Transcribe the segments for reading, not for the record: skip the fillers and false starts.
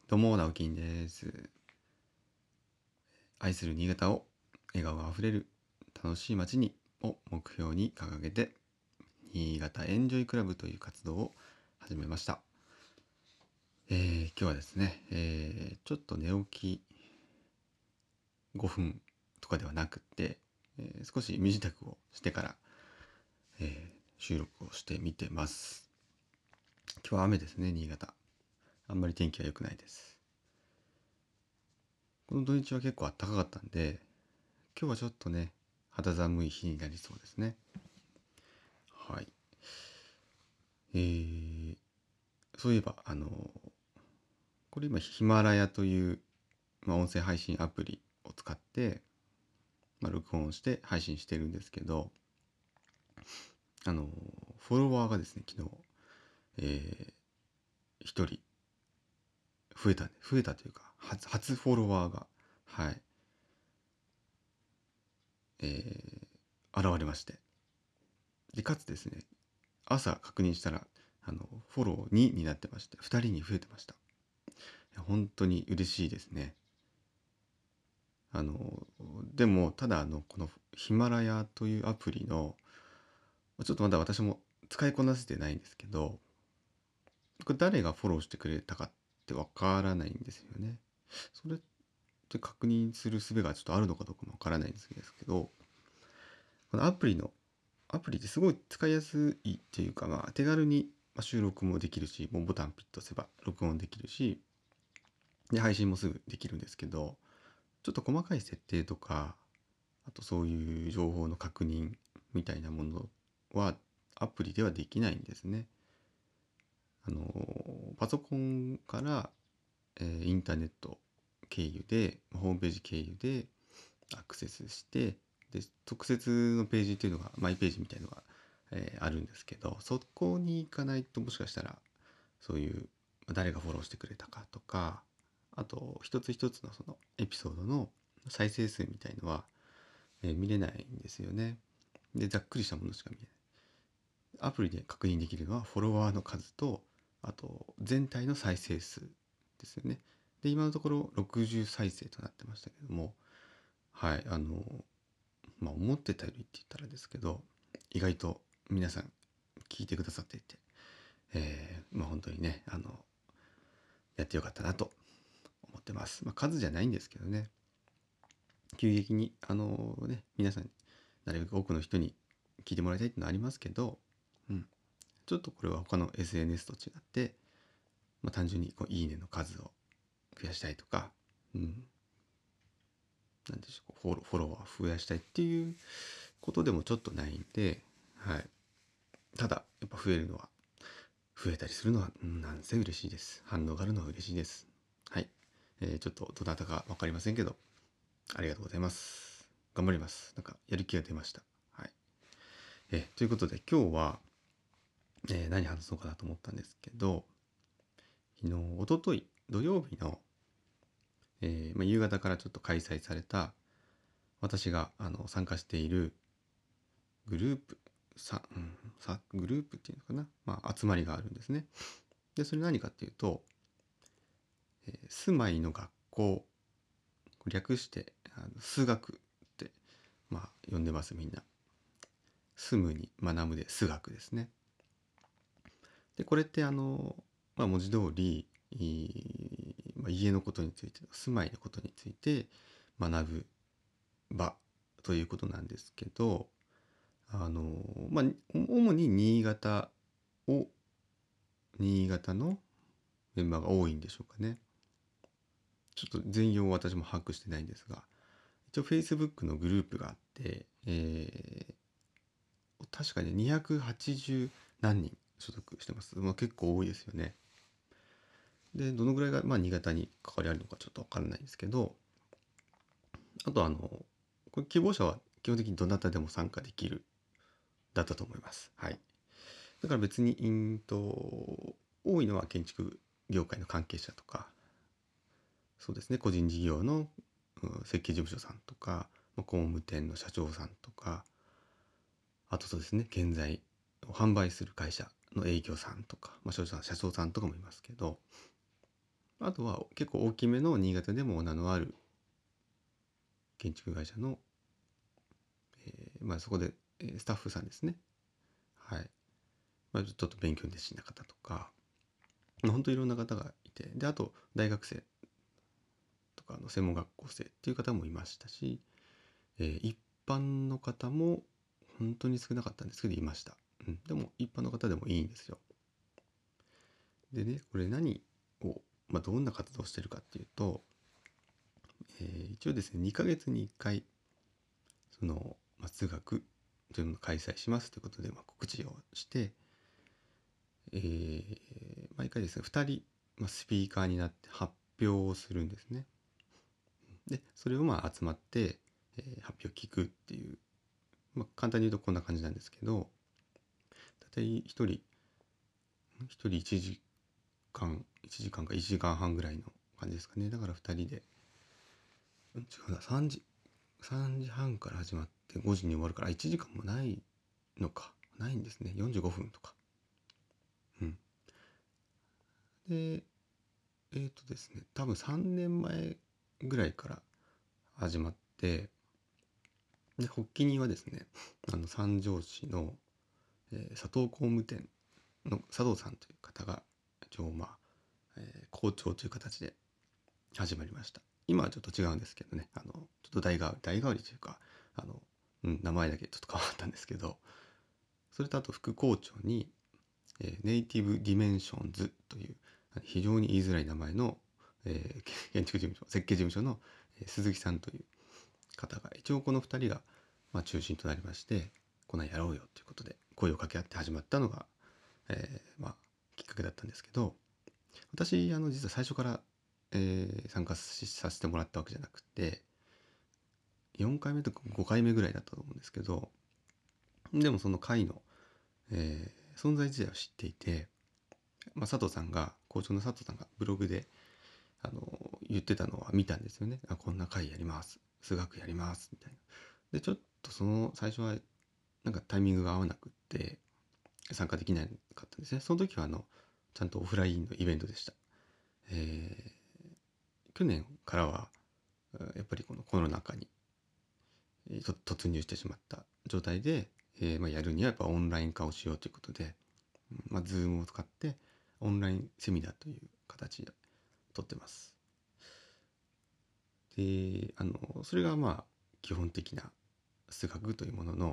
どうも、直樹です。愛する新潟を笑顔あふれる楽しい街にを目標に掲げて、新潟エンジョイクラブという活動を始めました。今日はですね、ちょっと寝起き5分とかではなくて、少し身支度をしてから、収録をしてみてます。今日は雨ですね、新潟。あんまり天気は良くないです。この土日は結構暖かかったんで、今日はちょっとね、肌寒い日になりそうですね。はい。そういえば、これ今ヒマラヤという、音声配信アプリを使って、録音して配信してるんですけど、フォロワーがですね、昨日、一人増えたというか、初フォロワーが、はい、現れまして。で、かつですね、朝確認したら、フォロー2になってまして、2人に増えてました。本当に嬉しいですね。でも、ただ、このヒマラヤというアプリの、ちょっとまだ私も使いこなせてないんですけど、これ誰がフォローしてくれたかってわからないんですよね。それって確認する術がちょっとあるのかどうかもわからないんですけど、このアプリってすごい使いやすいっていうか、手軽に収録もできるし、もうボタンピッと押せば録音できるし、で、配信もすぐできるんですけど、ちょっと細かい設定とか、あとそういう情報の確認みたいなものはアプリではできないんですね。パソコンから、インターネット経由で、ホームページ経由でアクセスして、で、特設のページっていうのが、マイページみたいのが、あるんですけど、そこに行かないともしかしたら、そういう誰がフォローしてくれたかとか、あと一つ一つのそのエピソードの再生数みたいのは、見れないんですよね。で、ざっくりしたものしか見えない。アプリで確認できるのはフォロワーの数と、あと全体の再生数ですよね。で、今のところ60再生となってましたけども、はい、思ってたよりって言ったらですけど、意外と皆さん聞いてくださっていて、本当にね、やってよかったなと思ってます。数じゃないんですけどね、急激に、皆さん、なるべく多くの人に聞いてもらいたいっていうのはありますけど、うん、ちょっとこれは他の SNS と違って、単純にいいねの数を増やしたいとか、なんでしょう、フォロワー増やしたいっていうことでもちょっとないんで、はい。ただ、やっぱ増えたりするのは、なんせ嬉しいです。反応があるのは嬉しいです。はい。ちょっとどなたかわかりませんけど、ありがとうございます。頑張ります。なんか、やる気が出ました。はい。ということで、今日は、何話そうかなと思ったんですけど、一昨日土曜日の、夕方からちょっと開催された、私が参加しているグループ、グループっていうのかな、集まりがあるんですね。で、それ何かっていうと、住まいの学校、略して数学って、呼んでますみんな。住むに学ぶで数学ですね。で、これって文字通り、家のことについて、住まいのことについて学ぶ場ということなんですけど、主に新潟のメンバーが多いんでしょうかね。ちょっと全容を私も把握してないんですが、一応 Facebook のグループがあって、確かに280何人所属してます。結構多いですよね。で、どのぐらいが、新潟に関わりあるのかちょっとわからないんですけど、あとこれ希望者は基本的にどなたでも参加できるだったと思います。はい。だから別に、多いのは建築業界の関係者とか、そうですね、個人事業の設計事務所さんとか、工務店の社長さんとか、あとそうですね、建材を販売する会社の営業さんとか、社長さんとかもいますけど、 あとは結構大きめの新潟でも名のある建築会社の、そこでスタッフさんですね。はい。ちょっと勉強熱心な方とか、本当いろんな方がいて、で、あと大学生とか専門学校生っていう方もいましたし、一般の方も本当に少なかったんですけどいました。でも一般の方でもいいんですよ。でね、これ何を、どんな活動をしてるかっていうと、一応ですね、2ヶ月に1回、その、数学というのを開催しますということで、告知をして、毎回ですね、2人、スピーカーになって発表をするんですね。で、それを集まって、発表を聞くっていう、簡単に言うとこんな感じなんですけど、大体一人1時間か1時間半ぐらいの感じですかね。だから2人で、違うな、3時半から始まって5時に終わるから1時間もないのか。ないんですね。45分とか。うん。で、ですね、多分3年前ぐらいから始まって、で、発起人はですね、三条市の、佐藤工務店の佐藤さんという方が、一応校長という形で始まりました。今はちょっと違うんですけどね、ちょっと代替わりというか、名前だけちょっと変わったんですけど、それとあと副校長に、ネイティブディメンションズという非常に言いづらい名前の、建築事務所設計事務所の鈴木さんという方が、一応この2人が中心となりまして、こんなんやろうよということで声を掛け合って始まったのが、きっかけだったんですけど、私実は最初から、参加させてもらったわけじゃなくて、4回目とか5回目ぐらいだったと思うんですけど、でもその会の、存在自体を知っていて、佐藤さんが校長の佐藤さんがブログで言ってたのは見たんですよね。こんな会やります、数学やりますみたいな。でちょっとその最初はなんかタイミングが合わなくって参加できなかったんですね。その時はちゃんとオフラインのイベントでした。去年からはやっぱりこのコロナ禍に突入してしまった状態で、やるにはやっぱオンライン化をしようということで、Zoom を使ってオンラインセミナーという形で撮ってます。で、それが基本的な数学というものの、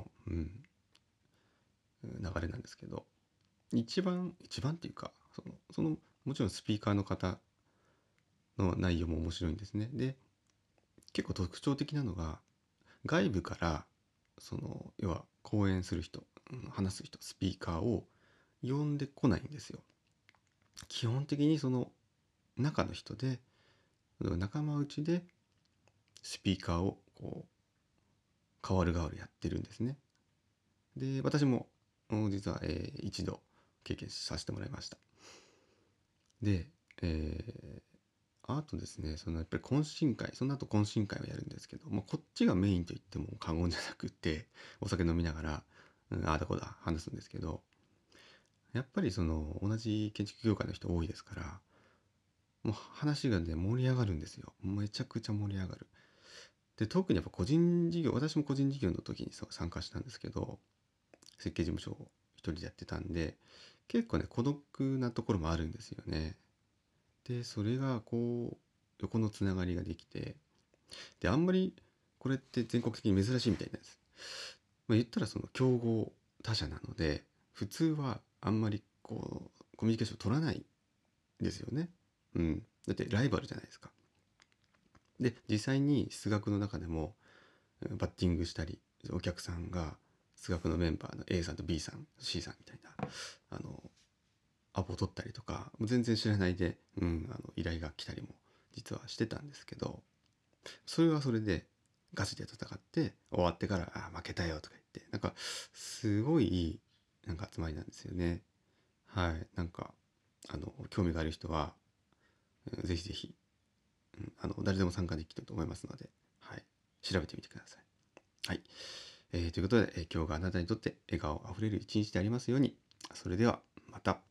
流れなんですけど、一番っていうか、そのもちろんスピーカーの方の内容も面白いんですね。で、結構特徴的なのが、外部から要は講演する人、話す人、スピーカーを呼んでこないんですよ。基本的にその中の人で、仲間内でスピーカーを代わる代わるやってるんですね。で、私も実は、一度経験させてもらいました。で、あとですね、やっぱり懇親会、その後懇親会をやるんですけど、こっちがメインと言っても過言じゃなくて、お酒飲みながら、ああだこうだ話すんですけど、やっぱり同じ建築業界の人多いですから、もう話がね、盛り上がるんですよ。めちゃくちゃ盛り上がる。で、特にやっぱ個人事業、私も個人事業の時に参加したんですけど、設計事務所を一人でやってたんで、結構ね、孤独なところもあるんですよね。で、それが横のつながりができて、で、あんまりこれって全国的に珍しいみたいなんです。言ったら競合他社なので、普通はあんまりコミュニケーション取らないですよね。だってライバルじゃないですか。で、実際に数学の中でもバッティングしたり、お客さんが数学のメンバーの A さんと B さん、C さんみたいな、アポを取ったりとか、全然知らないで、依頼が来たりも実はしてたんですけど、それはそれでガチで戦って終わってから、負けたよとか言って、なんかすごいいい集まりなんですよね。はい。興味がある人は、ぜひぜひ、誰でも参加できると思いますので、はい。調べてみてください。はい。ということで、今日があなたにとって笑顔あふれる一日でありますように。それでは、また。